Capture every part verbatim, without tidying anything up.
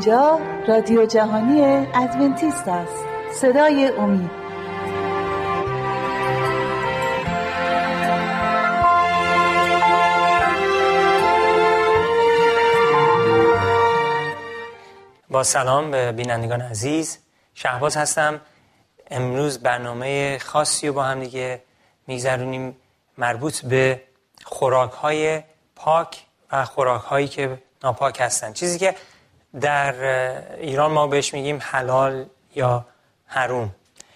اینجا رادیو جهانی ادونتیست است، صدای امید. با سلام به بینندگان عزیز، شهباز هستم. امروز برنامه خاصی رو با هم دیگه میگذرونیم مربوط به خوراک‌های پاک و خوراک‌هایی که ناپاک هستن، چیزی که در ایران ما بهش میگیم حلال یا حرام.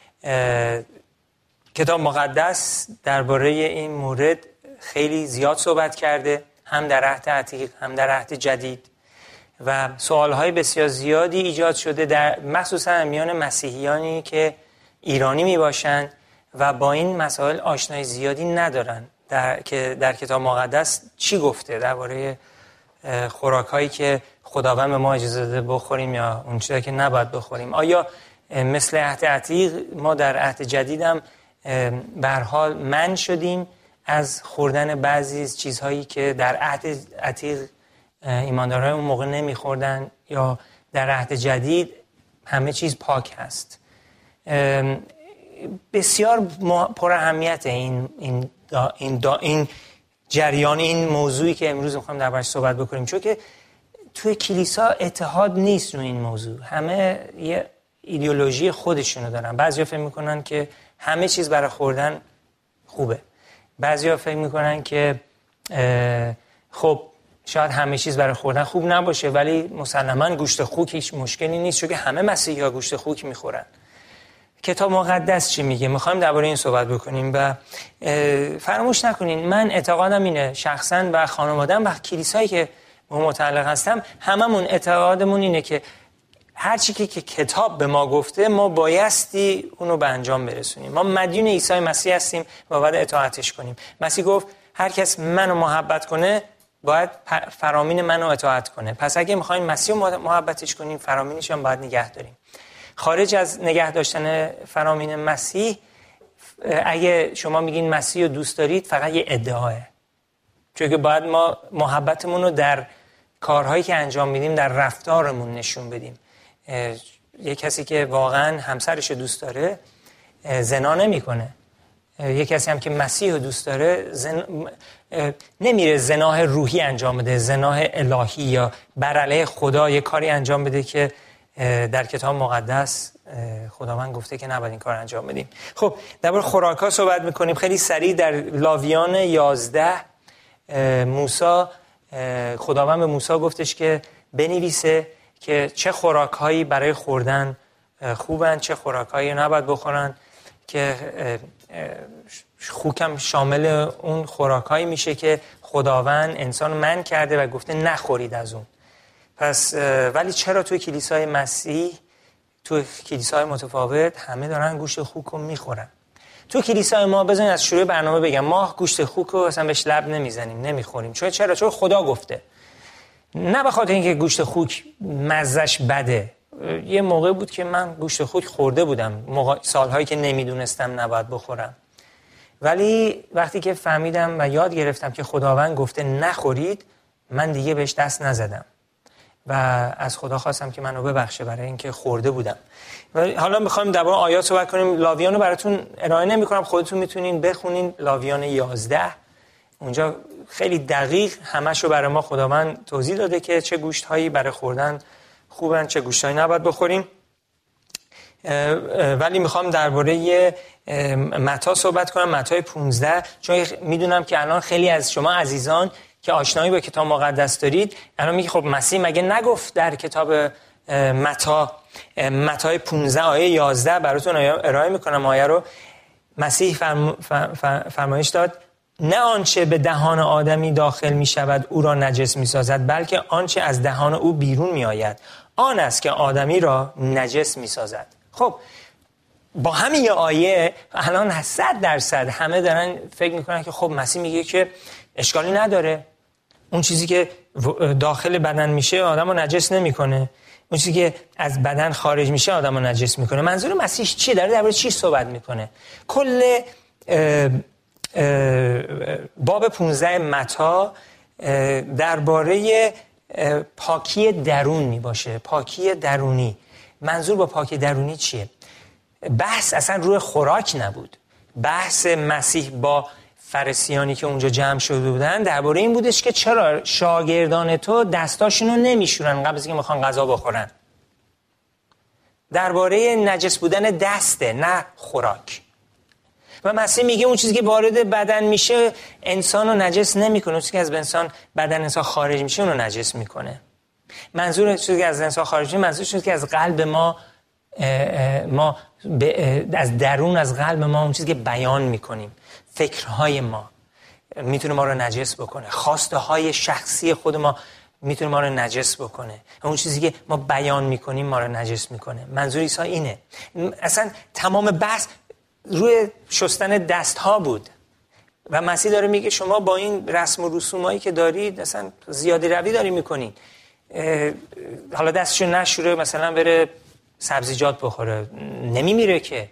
کتاب مقدس درباره این مورد خیلی زیاد صحبت کرده، هم در عهد عتیق هم در عهد جدید، و سوالهای بسیار زیادی ایجاد شده در مخصوصا میان مسیحیانی که ایرانی می باشن و با این مسائل آشنایی زیادی ندارن در که در کتاب مقدس چی گفته درباره خوراک‌هایی که خداوند به ما اجازه داده بخوریم یا اون چیزایی که نباید بخوریم. آیا مثل عهد عتیق ما در عهد جدید هم به هر حال منع شدیم از خوردن بعضی چیزهایی که در عهد عتیق ایماندارای اون موقع نمیخوردن، یا در عهد جدید همه چیز پاک هست؟ بسیار پر اهمیت این این دا این, دا این جریان، این موضوعی که امروز میخوایم دربارش صحبت بکنیم، چون که توی کلیسا اتحاد نیست رو این موضوع. همه یه ایدئولوژی خودشونو دارن. بعضیا فکر میکنن که همه چیز برای خوردن خوبه، بعضیا فکر میکنن که خب شاید همه چیز برای خوردن خوب نباشه، ولی مسلماً گوشت خوک هیچ مشکلی نیست، چون که همه مسیحی‌ها گوشت خوک میخورن. کتاب مقدس چی میگه؟ میخوایم درباره این صحبت بکنیم. و فراموش نکنین من اعتقادم اینه، شخصاً و خانواده‌ام و کلیسایی که به متعلق هستم، هممون اعتقادمون اینه که هر چی که کتاب به ما گفته ما بایستی اونو به انجام برسونیم. ما مدیون عیسی مسیح هستیم و باید اطاعتش کنیم. مسیح گفت هر کس منو محبت کنه باید فرامین منو اطاعت کنه. پس اگه میخوایم مسیح رو محبتش کنیم، فرامینش هم باید نگه داریم. خارج از نگه داشتن فرامین مسیح، اگه شما میگین مسیح رو دوست دارید، فقط یه ادعاه، چون که باید ما محبتمون رو در کارهایی که انجام میدیم، در رفتارمون نشون بدیم. یه کسی که واقعا همسرش رو دوست داره زنا نمیکنه. یه کسی هم که مسیح رو دوست داره زن... نمیره زنا روحی انجام بده، زنا الهی یا بر علیه خدا یه کاری انجام بده که در کتاب مقدس خداوند گفته که نباید این کار انجام بدیم. خب درباره خوراک‌ها صحبت میکنیم خیلی سریع. در لاویان یازده موسی، خداوند به موسی گفتش که بنویسه که چه خوراک‌هایی برای خوردن خوبن، چه خوراک‌هایی نباید بخورن، که خوکم شامل اون خوراکایی میشه که خداوند انسان منع کرده و گفته نخورید از اون. پس ولی چرا توی کلیسای مسیح، توی کلیسای متفاوت، همه دارن گوشت خوک رو میخورن؟ توی کلیسای ما بزنین از شروع برنامه بگم، ما گوشت خوک رو اصلا بهش لب نمیزنیم، نمیخوریم. چرا؟ چرا؟ چون خدا گفته. نه به خاطر اینکه گوشت خوک مزهش بده. یه موقع بود که من گوشت خوک خورده بودم، موقع سالهایی که نمیدونستم نباید بخورم، ولی وقتی که فهمیدم و یاد گرفتم که خداوند گفته نخورید، من دیگه بهش دست نزدم و از خدا خواستم که منو ببخشه برای اینکه خورده بودم. و حالا میخوایم درباره آیات صحبت کنیم. لاویان رو براتون ارائه نمی‌کنم، خودتون میتونین بخونین. لاویان یازده، اونجا خیلی دقیق همشو برای ما خداوند توضیح داده که چه گوشت‌هایی برای خوردن خوبن، چه گوشت‌هایی نباید بخوریم. ولی میخوام درباره متی صحبت کنم، متی پانزده، چون میدونم که الان خیلی از شما عزیزان که آشنایی با کتاب مقدس دارید الان میگی خب مسیح مگه نگفت در کتاب متی متی پانزده آیه یازده؟ براتون ارائه میکنم آیه رو. مسیح فرم... فرمایش داد نه آنچه به دهان آدمی داخل می شود او را نجس می سازد، بلکه آنچه از دهان او بیرون می آید آن است که آدمی را نجس می سازد. خب با همین آیه الان صد درصد همه دارن فکر میکنن که خب مسیح میگه که اشکالی نداره، اون چیزی که داخل بدن میشه آدم رو نجس نمیکنه، اون چیزی که از بدن خارج میشه آدم رو نجس میکنه. منظور مسیح چیه؟ داره درباره چی صحبت میکنه؟ کل باب پانزده متی درباره پاکی درونی باشه، پاکی درونی. منظور با پاکی درونی چیه؟ بحث اصلا روی خوراک نبود. بحث مسیح با فرسیانی که اونجا جمع شده بودن درباره این بودش که چرا شاگردان تو دستاشونو نمیشورن قبل از اینکه میخوان غذا بخورن. درباره نجس بودن دسته، نه خوراک. و مسیح میگه اون چیزی که وارد بدن میشه انسانو نجس نمیکنه، اون چیزی که از انسان بدن انسان خارج میشه اونو نجس میکنه. منظور چیزی که از انسان خارج میشه منظور چیزی که از قلب ما ما از درون از قلب ما اون چیزی که بیان میکنیم، فکرهای ما میتونه ما رو نجس بکنه، خواسته های شخصی خود ما میتونه ما رو نجس بکنه، اون چیزی که ما بیان میکنیم ما رو نجس میکنه. منظور عیسی اینه. اصلا تمام بحث روی شستن دست ها بود و مسیح داره میگه شما با این رسم و رسومایی که دارید اصلا زیاده روی داری میکنین. حالا دستشو نشوره مثلا بره سبزیجات بخوره، نمیمیره که.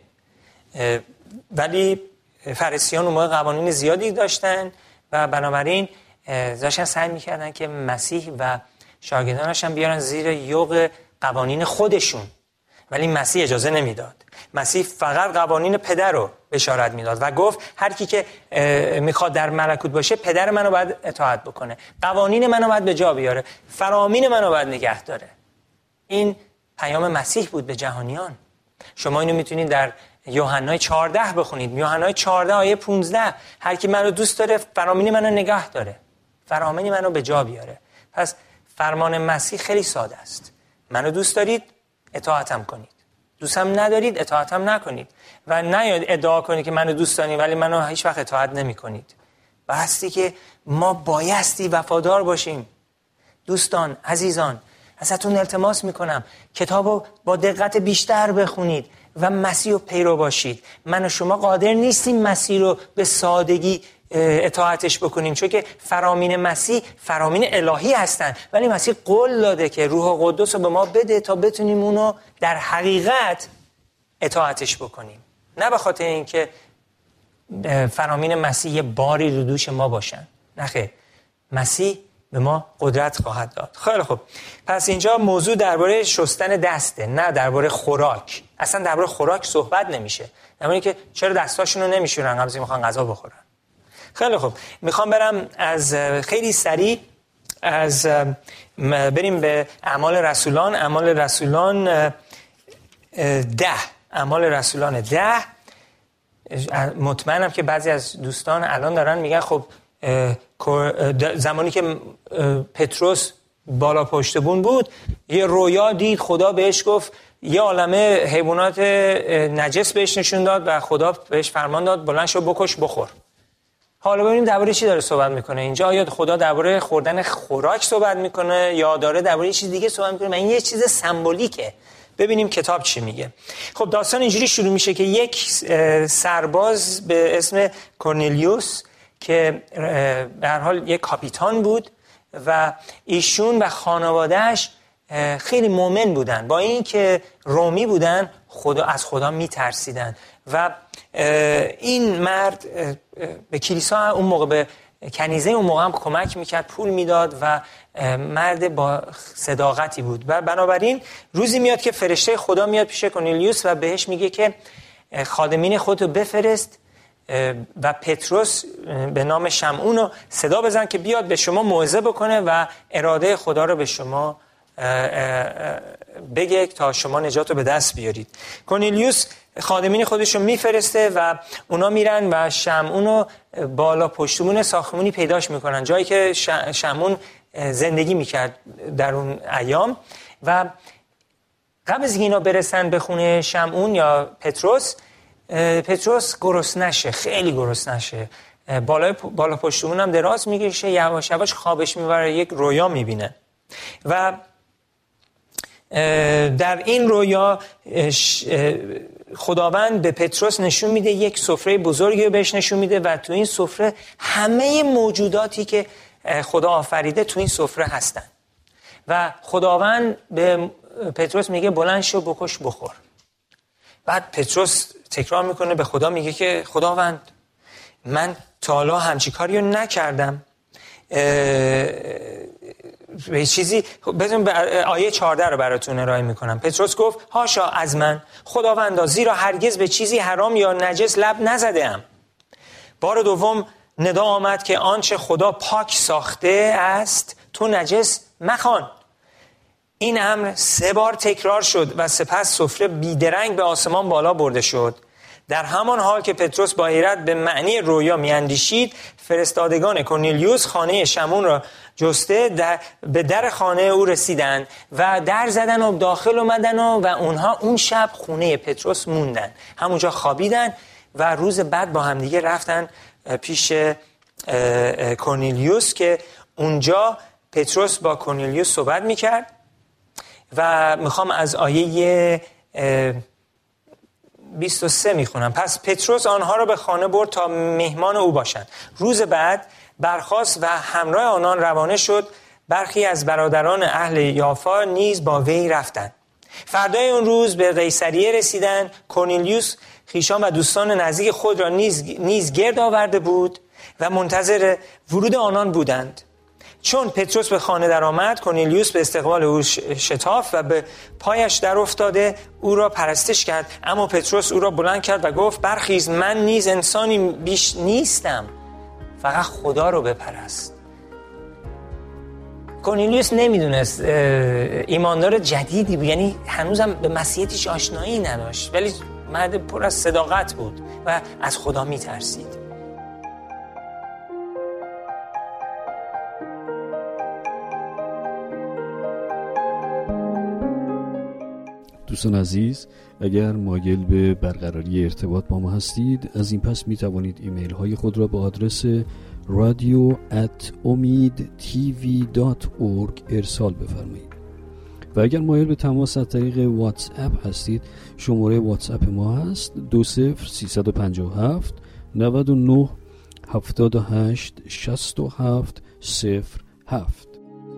ولی فرسیان اون موقع قوانین زیادی داشتن و بنابراین داشتن سعی میکردن که مسیح و شاگردانش هم بیارن زیر یوغ قوانین خودشون، ولی مسیح اجازه نمیداد. مسیح فقط قوانین پدر رو بشارت میداد و گفت هر کی که میخواد در ملکوت باشه پدر منو باید اطاعت بکنه، قوانین منو باید به جا بیاره، فرامین منو باید نگه داره. این پیام مسیح بود به جهانیان. شما اینو میتونید در یوحنا چهارده بخونید. یوحنا چهارده آیه پانزده، هر کی منو دوست داره فرامین منو نگه داره، فرامین منو به جا بیاره. پس فرمان مسیح خیلی ساده است. منو دوست دارید اطاعتم کنید، دوستم ندارید اطاعتم نکنید. و نیاید ادعا کنید که منو دوست دارید ولی منو هیچ وقت اطاعت نمی‌کنید. باستی که ما بایستی وفادار باشیم. دوستان عزیزان، ازتون التماس میکنم کتابو با دقت بیشتر بخونید و مسیح رو پیرو باشید. من و شما قادر نیستیم مسیح رو به سادگی اطاعتش بکنیم، چون که فرامین مسیح فرامین الهی هستن، ولی مسیح قول داده که روح قدس رو به ما بده تا بتونیم اونو در حقیقت اطاعتش بکنیم، نه به خاطر اینکه فرامین مسیح یه باری رو دوش ما باشن. نه خیر، مسیح به ما قدرت خواهد داد. خیلی خوب، پس اینجا موضوع درباره شستن دسته، نه درباره خوراک. اصلا درباره خوراک صحبت نمیشه، درباره که چرا دستاشون رو نمیشورن قبل از اینکه میخوان غذا بخورن. خیلی خوب، میخوام برم از خیلی سریع از بریم به اعمال رسولان. اعمال رسولان ده اعمال رسولان ده. مطمئنم که بعضی از دوستان الان دارن میگن خب زمانی که پتروس بالا پشت بون بود یه رویا دید، خدا بهش گفت یه عالمه حیوانات نجس بهش نشون داد و خدا بهش فرمان داد بلند شو بکش بخور. حالا ببینیم درباره چی داره صحبت میکنه اینجا. آیا خدا درباره خوردن خوراک صحبت میکنه یا داره درباره یه چیز دیگه صحبت میکنه؟ این یه چیز سمبولیکه. ببینیم کتاب چی میگه. خب داستان اینجوری شروع میشه که یک سرباز به اسم کورنلیوس که به هر حال یک کاپیتان بود و ایشون و خانواده‌اش خیلی مؤمن بودن، با این که رومی بودن خدا از خدا میترسیدن و این مرد به کلیسا اون موقع، به کنیزه اون موقع هم کمک میکرد، پول میداد و مرد با صداقتی بود. و بنابراین روزی میاد که فرشته خدا میاد پیش کورنلیوس و بهش میگه که خادمین خودتو بفرست و پتروس به نام شمعون رو صدا بزن که بیاد به شما موعظه بکنه و اراده خدا رو به شما بگه تا شما نجات رو به دست بیارید. کورنلیوس خادمین خودش رو میفرسته و اونا میرن و شمعون رو بالا پشتمون ساختمونی پیداش میکنن، جایی که شمعون زندگی میکرد در اون ایام. و قبل از اینکه اینا برسن به خونه شمعون یا پتروس، پتروس گرسنشه، خیلی گرسنشه، بالا بالا پشتمون هم دراز میکشه، یواش یواش خوابش میبره، یک رویا میبینه و در این رویا خداوند به پتروس نشون میده، یک سفره بزرگی رو بهش نشون میده و تو این سفره همه موجوداتی که خدا آفریده تو این سفره هستن و خداوند به پتروس میگه بلند شو بکش بخور. بعد پتروس تکرار میکنه به خدا، میگه که خداوند من تا حالا همچین کاری رو نکردم، به چیزی بزن آیه چهارده رو براتون ارائه میکنم. پتروس گفت هاشا از من خداوندا، زیرا هرگز به چیزی حرام یا نجس لب نزده‌ام. بار دوم ندا آمد که آنچه خدا پاک ساخته است تو نجس مخوان. این امر سه بار تکرار شد و سپس سفره بیدرنگ به آسمان بالا برده شد. در همان حال که پتروس با حیرت به معنی رویا میاندیشید، فرستادگان کورنلیوس خانه شمعون را جسته در به در خانه او رسیدند و در زدن و داخل اومدن و, و اونها اون شب خونه پتروس موندن، همونجا خوابیدن و روز بعد با همدیگه رفتن پیش کورنلیوس که اونجا پتروس با کورنلیوس صحبت میکرد. و میخوام از آیه بیست و سه میخونم. پس پتروس آنها را به خانه برد تا مهمان او باشند. روز بعد برخاست و همراه آنان روانه شد. برخی از برادران اهل یافا نیز با وی رفتند. فردای اون روز به قیصریه رسیدند. کورنلیوس خویشان و دوستان نزدیک خود را نیز, نیز گرد آورده بود و منتظر ورود آنان بودند. چون پتروس به خانه در آمد، کورنلیوس به استقبال او شتافت و به پایش در افتاده او را پرستش کرد. اما پتروس او را بلند کرد و گفت برخیز، من نیز انسانی بیش نیستم، فقط خدا رو بپرست. کورنلیوس نمیدونست، ایماندار جدیدی بود، یعنی هنوزم به مسیحیت هیچ آشنایی نداشت، ولی مرد پر از صداقت بود و از خدا میترسید. دوستان عزیز، اگر مایل به برقراری ارتباط با ما هستید، از این پس می توانید ایمیل های خود را به آدرس رادیو ات امید تیوی دات اورگ ارسال بفرمایید. و اگر مایل به تماس از طریق واتس اپ هستید، شماره واتس اپ ما هست دو صفر سیصد و پنجاه و هفت نود و نه هفتاد و هشت شصت و هفت صفر هفت.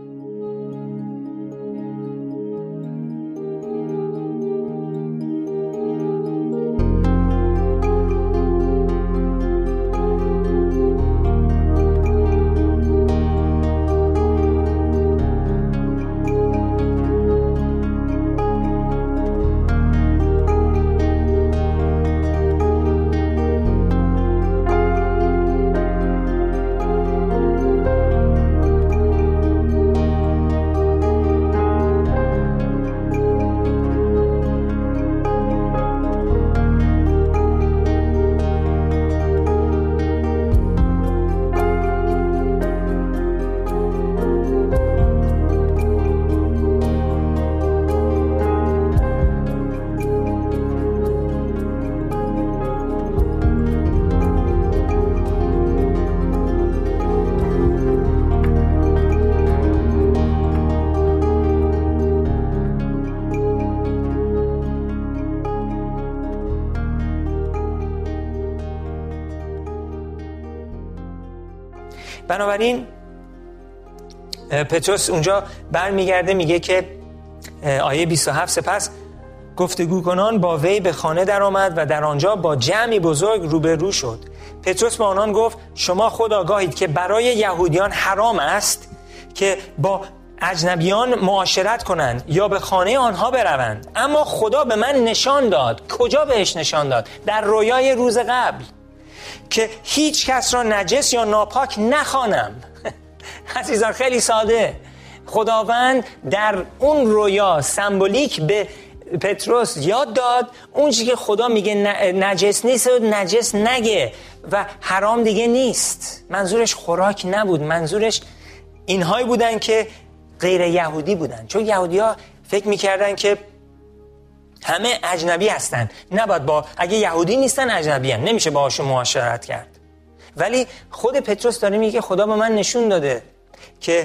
بنابراین پتروس اونجا برمیگرده میگه که آیه بیست و هفت سپس گفتگو کنان با وی به خانه در آمد و در آنجا با جمعی بزرگ روبرو شد. پتروس با آنان گفت شما خود آگاهید که برای یهودیان حرام است که با اجنبیان معاشرت کنند یا به خانه آنها بروند، اما خدا به من نشان داد. کجا بهش نشان داد؟ در رویای روز قبل، که هیچ کس را نجس یا ناپاک نخوانم. عزیزان خیلی ساده، خداوند در اون رویا سمبولیک به پتروس یاد داد اون چیزی که خدا میگه نجس نیست و نجس نگه و حرام دیگه نیست. منظورش خوراک نبود، منظورش اینهایی بودن که غیر یهودی بودن، چون یهودی ها فکر میکردن که همه اجنبی هستن، نباید با اگه یهودی نیستن اجنبی هستن، نمیشه باهاشون معاشرت کرد. ولی خود پتروس داره میگه خدا به من نشون داده که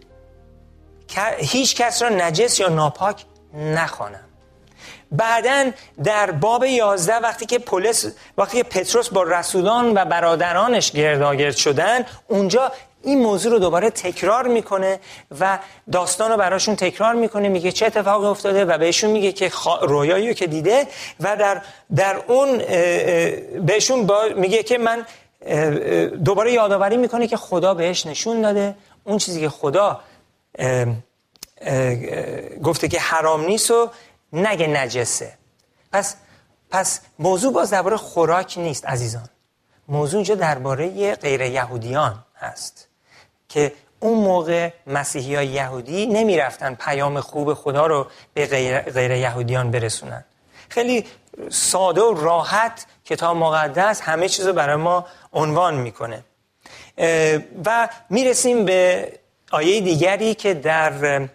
هیچ کس را نجس یا ناپاک نخوانم. بعدن در باب یازده وقتی که پولس وقتی که پتروس با رسولان و برادرانش گرداگرد شدن، اونجا این موضوع رو دوباره تکرار میکنه و داستان رو براشون تکرار میکنه، میگه چه اتفاقی افتاده و بهشون میگه که رویایی که دیده و در در اون بهشون میگه که من دوباره یادآوری میکنه که خدا بهش نشون داده اون چیزی که خدا اه اه گفته که حرام نیست و نگه نجسه. پس پس موضوع باز درباره خوراک نیست عزیزان. موضوع اینجا درباره غیر یهودیان هست که اون موقع مسیحی های یهودی نمی رفتن پیام خوب خدا رو به غیر, غیر یهودیان برسونن. خیلی ساده و راحت کتاب مقدس همه چیز رو برای ما عنوان میکنه. و میرسیم به آیه دیگری که در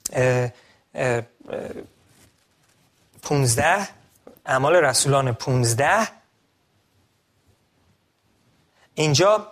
پونزده، اعمال رسولان پونزده، اینجا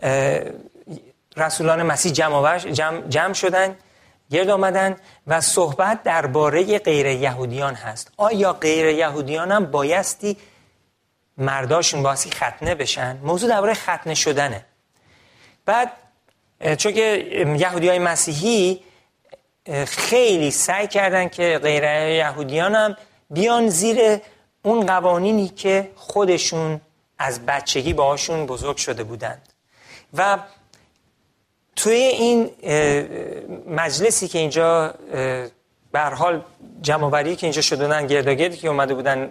رسولان مسیح جمع, جمع, جمع شدن، گرد آمدن و صحبت درباره غیر یهودیان هست. آیا غیر یهودیان هم بایستی مرداشون بایستی ختنه بشن؟ موضوع درباره ختنه شدنه. بعد چون که یهودی های مسیحی خیلی سعی کردن که غیر یهودیان هم بیان زیر اون قوانینی که خودشون از بچگی باهاشون بزرگ شده بودند. و توی این مجلسی که اینجا به هر حال جمع‌آوری که اینجا شدن، گرداگردی که اومده بودن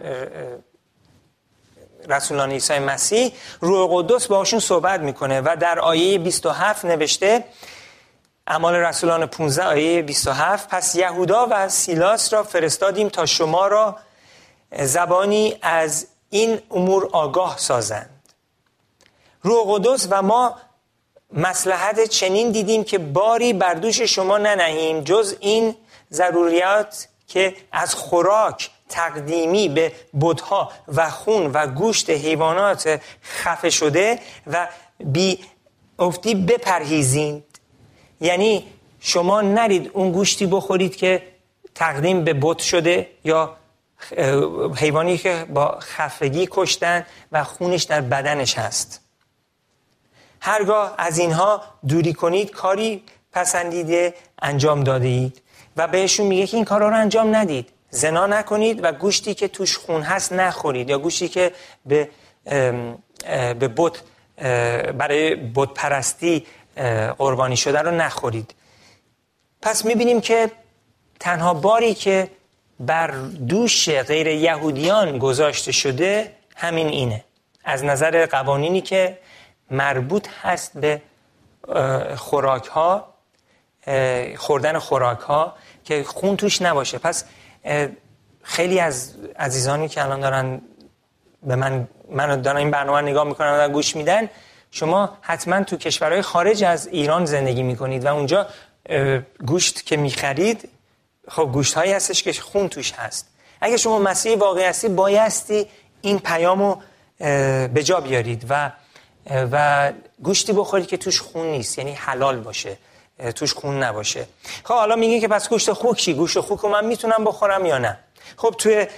رسولان عیسی مسیح، روح قدس باهاشون صحبت میکنه و در آیه بیست و هفت نوشته، اعمال رسولان پانزده آیه بیست و هفت، پس یهودا و سیلاس را فرستادیم تا شما را زبانی از این امور آگاه سازند. روح قدس و ما مصلحت چنین دیدیم که باری بر دوش شما ننهیم جز این ضروریات که از خوراک تقدیمی به بت‌ها و خون و گوشت حیوانات خفه شده و بی افتی بپرهیزید. یعنی شما نرید اون گوشتی بخورید که تقدیم به بت شده یا حیوانی که با خفگی کشتن و خونش در بدنش هست. هرگاه از اینها دوری کنید کاری پسندیده انجام دادید. و بهشون میگه که این کارا رو انجام ندید. زنا نکنید و گوشتی که توش خون هست نخورید، یا گوشتی که به به بت برای بت پرستی قربانی شده رو نخورید. پس میبینیم که تنها باری که بر دوش غیر یهودیان گذاشته شده همین اینه، از نظر قوانینی که مربوط هست به خوراک ها، خوردن خوراک ها که خون توش نباشه. پس خیلی از عزیزانی که الان دارن به من من دارن این برنامه نگاه میکنن و دارن گوش میدن، شما حتما تو کشورهای خارج از ایران زندگی میکنید و اونجا گوشت که میخرید خب گوشت هایی هستش که خون توش هست. اگه شما مسیحی واقعی هستی بایستی این پیامو به جا بیارید و و گوشتی بخورید که توش خون نیست، یعنی حلال باشه، توش خون نباشه. خب حالا میگه که پس گوشت خوک چی؟ گوشت خوک رو من میتونم بخورم یا نه؟ خب توی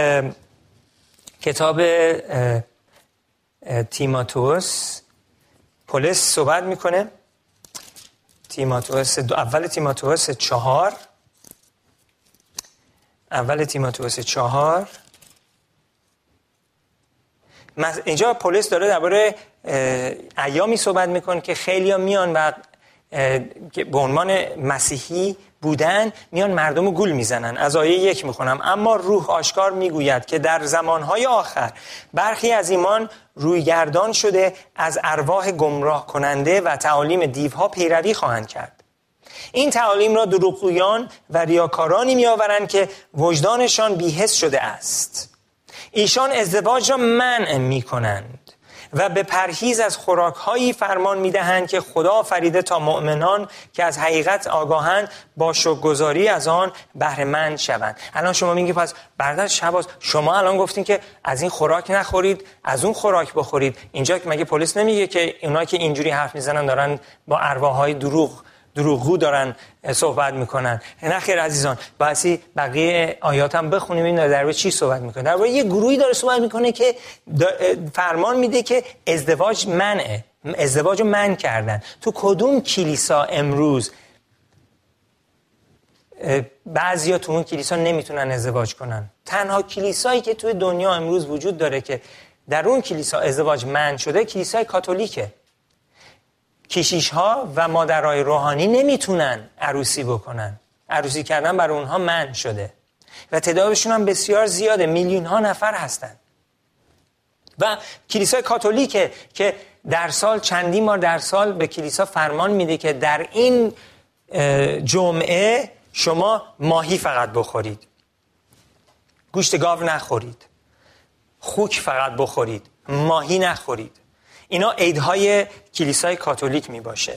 کتاب تیموتائوس پولس صحبت میکنه. تیموتائوس اول تیموتائوس چهار اول تیموتائوس چهار اینجا پولس داره درباره ایامی صحبت میکنه که خیلیا میان و به عنوان مسیحی بودن میان مردم رو گول میزنن. از آیه یک میخونم: اما روح آشکار میگوید که در زمانهای آخر برخی از ایمان رویگردان شده از ارواح گمراه کننده و تعالیم دیوها پیروی خواهند کرد. این تعالیم را دروغگویان و ریاکارانی میآورند که وجدانشان بی‌حس شده است. ایشان ازدواج را منع میکنند و به پرهیز از خوراک‌هایی فرمان می‌دهند که خدا آفریده تا مؤمنان که از حقیقت آگاهند با شکرگزاری از آن بهره مند شوند. الان شما میگید پس برادر شباز شما الان گفتین که از این خوراک نخورید، از اون خوراک بخورید. اینجا مگه پلیس نمیگه که اونایی که اینجوری حرف میزنن دارن با ارواح‌های دروغ دروغگو دارن صحبت میکنن؟ نه خیر عزیزان، باعثی بقیه آیات هم بخونیم این درباره چی صحبت میکنه. درباره یه گروهی داره صحبت میکنه که فرمان میده که ازدواج منعه، ازدواج رو منع کردن. تو کدوم کلیسا امروز بعضیا تو اون کلیسا نمیتونن ازدواج کنن؟ تنها کلیسایی که توی دنیا امروز وجود داره که در اون کلیسا ازدواج منع شده کلیسای کاتولیکه. کشیش ها و مادرای روحانی نمیتونن عروسی بکنن. عروسی کردن برای اونها منع شده و تعدادشون هم بسیار زیاده، میلیون ها نفر هستن. و کلیسای کاتولیکه که در سال چندین بار در سال به کلیسا فرمان میده که در این جمعه شما ماهی فقط بخورید، گوشت گاو نخورید، خوک فقط بخورید، ماهی نخورید. اینا عیدهای کلیسای کاتولیک می باشه.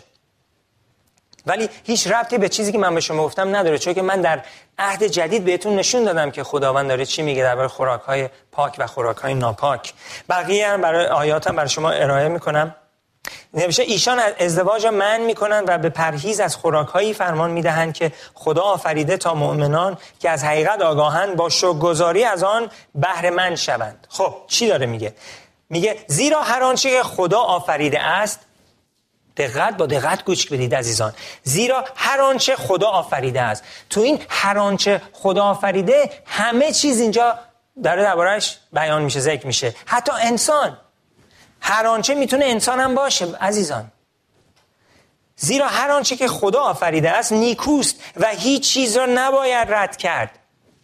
ولی هیچ ربطی به چیزی که من به شما گفتم نداره، چون که من در عهد جدید بهتون نشون دادم که خداوند داره چی میگه درباره خوراک‌های پاک و خوراک‌های ناپاک. بقیه هم برای آیاتم برای شما ارائه میکنم. نوشته ایشان از ازدواج منع میکنن و به پرهیز از خوراک‌هایی فرمان میدهند که خدا آفریده تا مؤمنان که از حقیقت آگاهند با شکرگزاری از آن بهره مند شوند. خب چی داره میگه؟ میگه زیرا هر آنچه که خدا آفریده است، دقت با دقت گوش بدید عزیزان، زیرا هر آنچه خدا آفریده است. تو این هر آنچه خدا آفریده همه چیز اینجا داره دربارش بیان میشه، ذکر میشه، حتی انسان. هر آنچه میتونه انسان هم باشه عزیزان. زیرا هر آنچه که خدا آفریده است نیکوست و هیچ چیز را نباید رد کرد،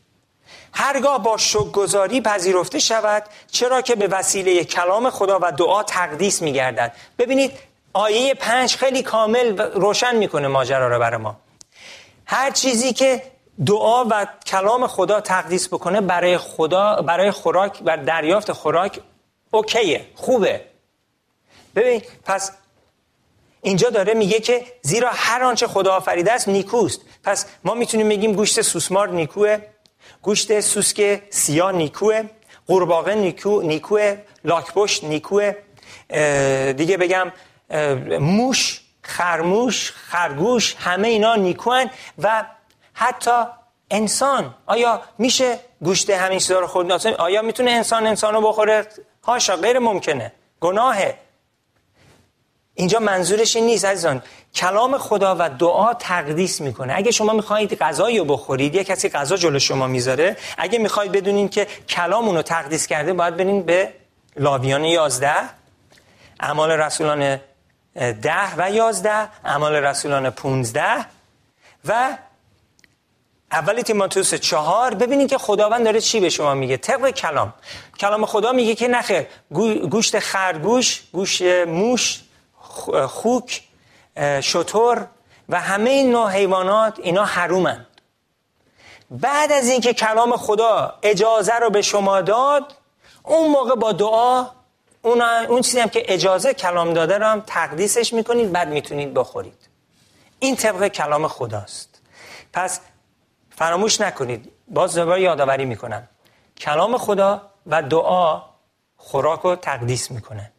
هرگاه با شکرگزاری پذیرفته شود، چرا که به وسیله کلام خدا و دعا تقدیس میگردد. ببینید آیه پنج خیلی کامل روشن میکنه ماجرا رو برای ما. هر چیزی که دعا و کلام خدا تقدیس بکنه برای خدا، برای خوراک و دریافت خوراک اوکیه، خوبه. ببین پس اینجا داره میگه که زیرا هر آنچه خدا آفریده است نیکوست. پس ما میتونیم بگیم گوشت سوسمار نیکوه، گوشت سوسک سیاه نیکوه، قورباغه نیکو نیکوه، لاک‌پشت نیکوه، دیگه بگم موش، خرموش، خرگوش، همه اینا نیکوان. و حتی انسان، آیا میشه گوشت همین چیزا رو خورد؟ آیا میتونه انسان انسانو بخوره؟ هاشا، غیر ممکنه، گناهه. اینجا منظورش این نیست عزیزان. کلام خدا و دعا تقدیس میکنه. اگه شما میخواید غذایی رو بخورید، یک کسی غذا جلو شما میذاره، اگه میخواید بدونین که کلام اونو تقدیس کرده، باید برین به لاویان یازده، اعمال رسولان ده و یازده، اعمال رسولان پونزده و اولی تیموتائوس چهار. ببینید که خداوند داره چی به شما میگه طبق کلام. کلام خدا میگه که نخیر، گوشت خرگوش، گوشت موش، خوک، شتر و همه این نوع حیوانات اینا حرومند. بعد از اینکه کلام خدا اجازه رو به شما داد، اون موقع با دعا اون اون چیزی هم که اجازه کلام داده رو هم تقدیسش میکنید، بعد میتونید بخورید. این طبق کلام خداست. پس فراموش نکنید، باز دوباره یادآوری میکنم، کلام خدا و دعا خوراک رو تقدیس میکنه،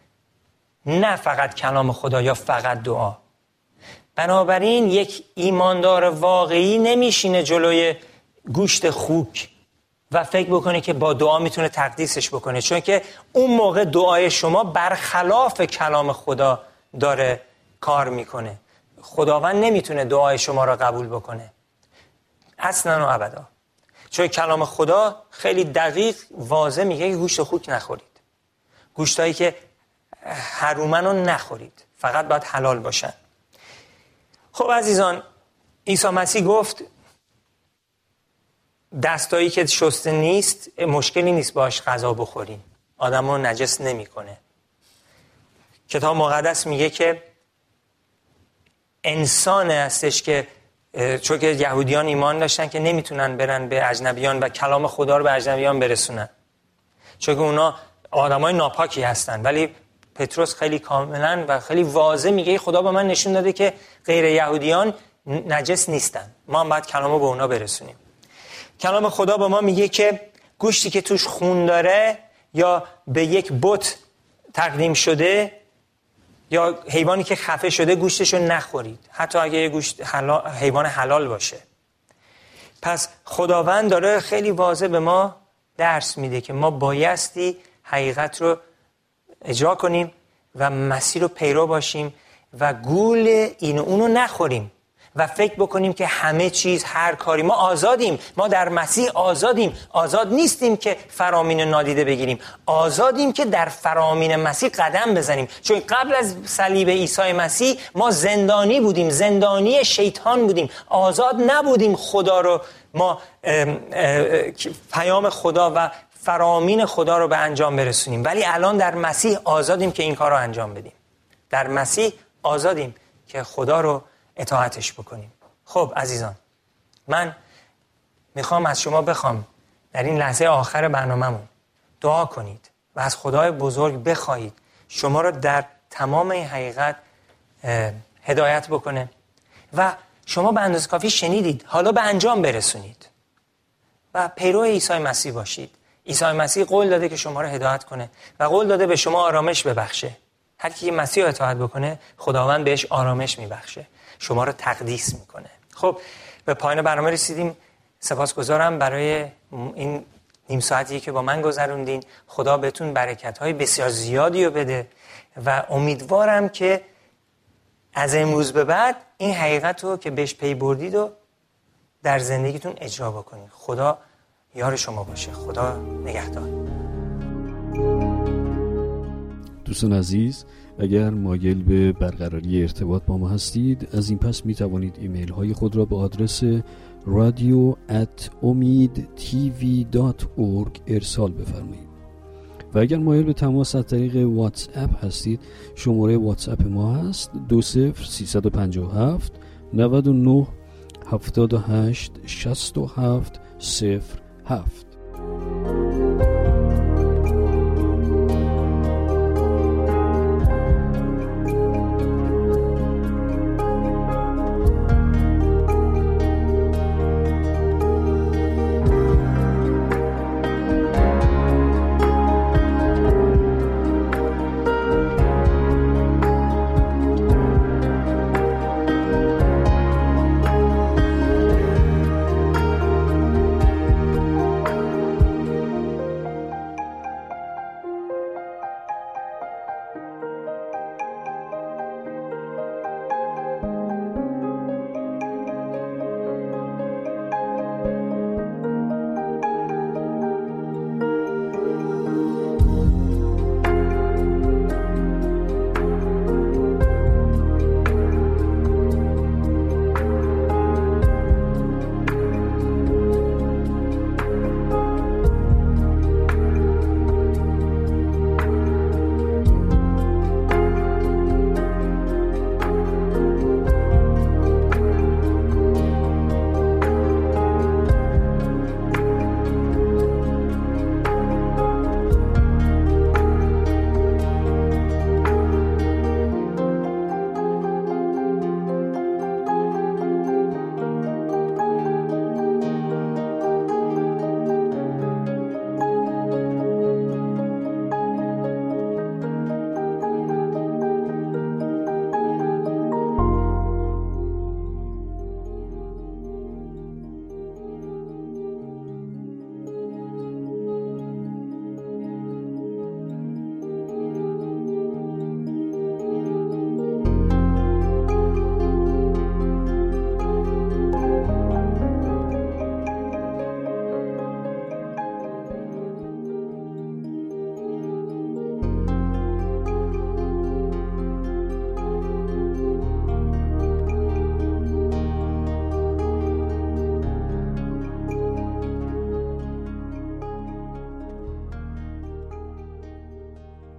نه فقط کلام خدا یا فقط دعا. بنابراین یک ایماندار واقعی نمیشینه جلوی گوشت خوک و فکر بکنه که با دعا میتونه تقدیسش بکنه، چون که اون موقع دعای شما برخلاف کلام خدا داره کار میکنه. خداوند نمیتونه دعای شما را قبول بکنه اصلا و ابدا، چون کلام خدا خیلی دقیق واضح میگه که گوشت خوک نخورید، گوشتایی که حرومن رو نخورید، فقط باید حلال باشن. خب عزیزان، عیسی مسیح گفت دستایی که شسته نیست مشکلی نیست باش غذا بخورین، آدم رو نجس نمی کنه. کتاب مقدس میگه که انسان هستش که چون که یهودیان ایمان داشتن که نمیتونن برن به اجنبیان و کلام خدا رو به اجنبیان برسونن، چون که اونا آدمای ناپاکی هستن. ولی پتروس خیلی کاملا و خیلی واضح میگه خدا به من نشون داده که غیر یهودیان نجس نیستن، ما هم باید کلام رو به اونا برسونیم. کلام خدا به ما میگه که گوشتی که توش خون داره یا به یک بت تقدیم شده یا حیوانی که خفه شده گوشتشو نخورید، حتی اگه یه گوشت حلال، حیوان حلال باشه. پس خداوند داره خیلی واضح به ما درس میده که ما بایستی حقیقت رو اجرا کنیم و مسیر رو پیرو باشیم و گول این و اونو نخوریم. و فکر بکنیم که همه چیز، هر کاری، ما آزادیم، ما در مسیح آزادیم. آزاد نیستیم که فرامین نادیده بگیریم، آزادیم که در فرامین مسیح قدم بزنیم. چون قبل از صلیب عیسی مسیح ما زندانی بودیم، زندانی شیطان بودیم، آزاد نبودیم خدا رو، ما اه اه پیام خدا و فرامین خدا رو به انجام برسونیم. ولی الان در مسیح آزادیم که این کار رو انجام بدیم. در مسیح آزادیم که خدا رو اطاعتش بکنیم. خب عزیزان، من میخوام از شما بخوام در این لحظه آخر برنامه‌مون دعا کنید و از خدای بزرگ بخواهید شما رو در تمام این حقیقت هدایت بکنه و شما به اندازه کافی شنیدید، حالا به انجام برسونید و پیرو عیسی مسیح باشید. عیسی مسیح قول داده که شما رو هدایت کنه و قول داده به شما آرامش ببخشه. هر کی مسیح رو اطاعت بکنه خداوند بهش آرامش میبخشه، شما رو تقدیس میکنه. خب به پایان برنامه رسیدیم. سپاسگزارم برای این نیم ساعتی که با من گذروندین. خدا بهتون برکت‌های بسیار زیادی رو بده و امیدوارم که از امروز به بعد این حقیقت رو که بهش پی بردید و در زندگیتون اجرا بکنید. خدا یار شما باشه. خدا نگهدار. دوستان عزیز، اگر مایل به برقراری ارتباط با ما هستید، از این پس می توانید ایمیل های خود را به آدرس رادیو ات امید تی وی دات اورگ ارسال بفرمایید. و اگر مایل به تماس از طریق واتس اپ هستید، شماره واتس اپ ما هست دو صفر سیصد و پنجاه و هفت نود و نه هفتاد و هشت شصت و هفت صفر هفت.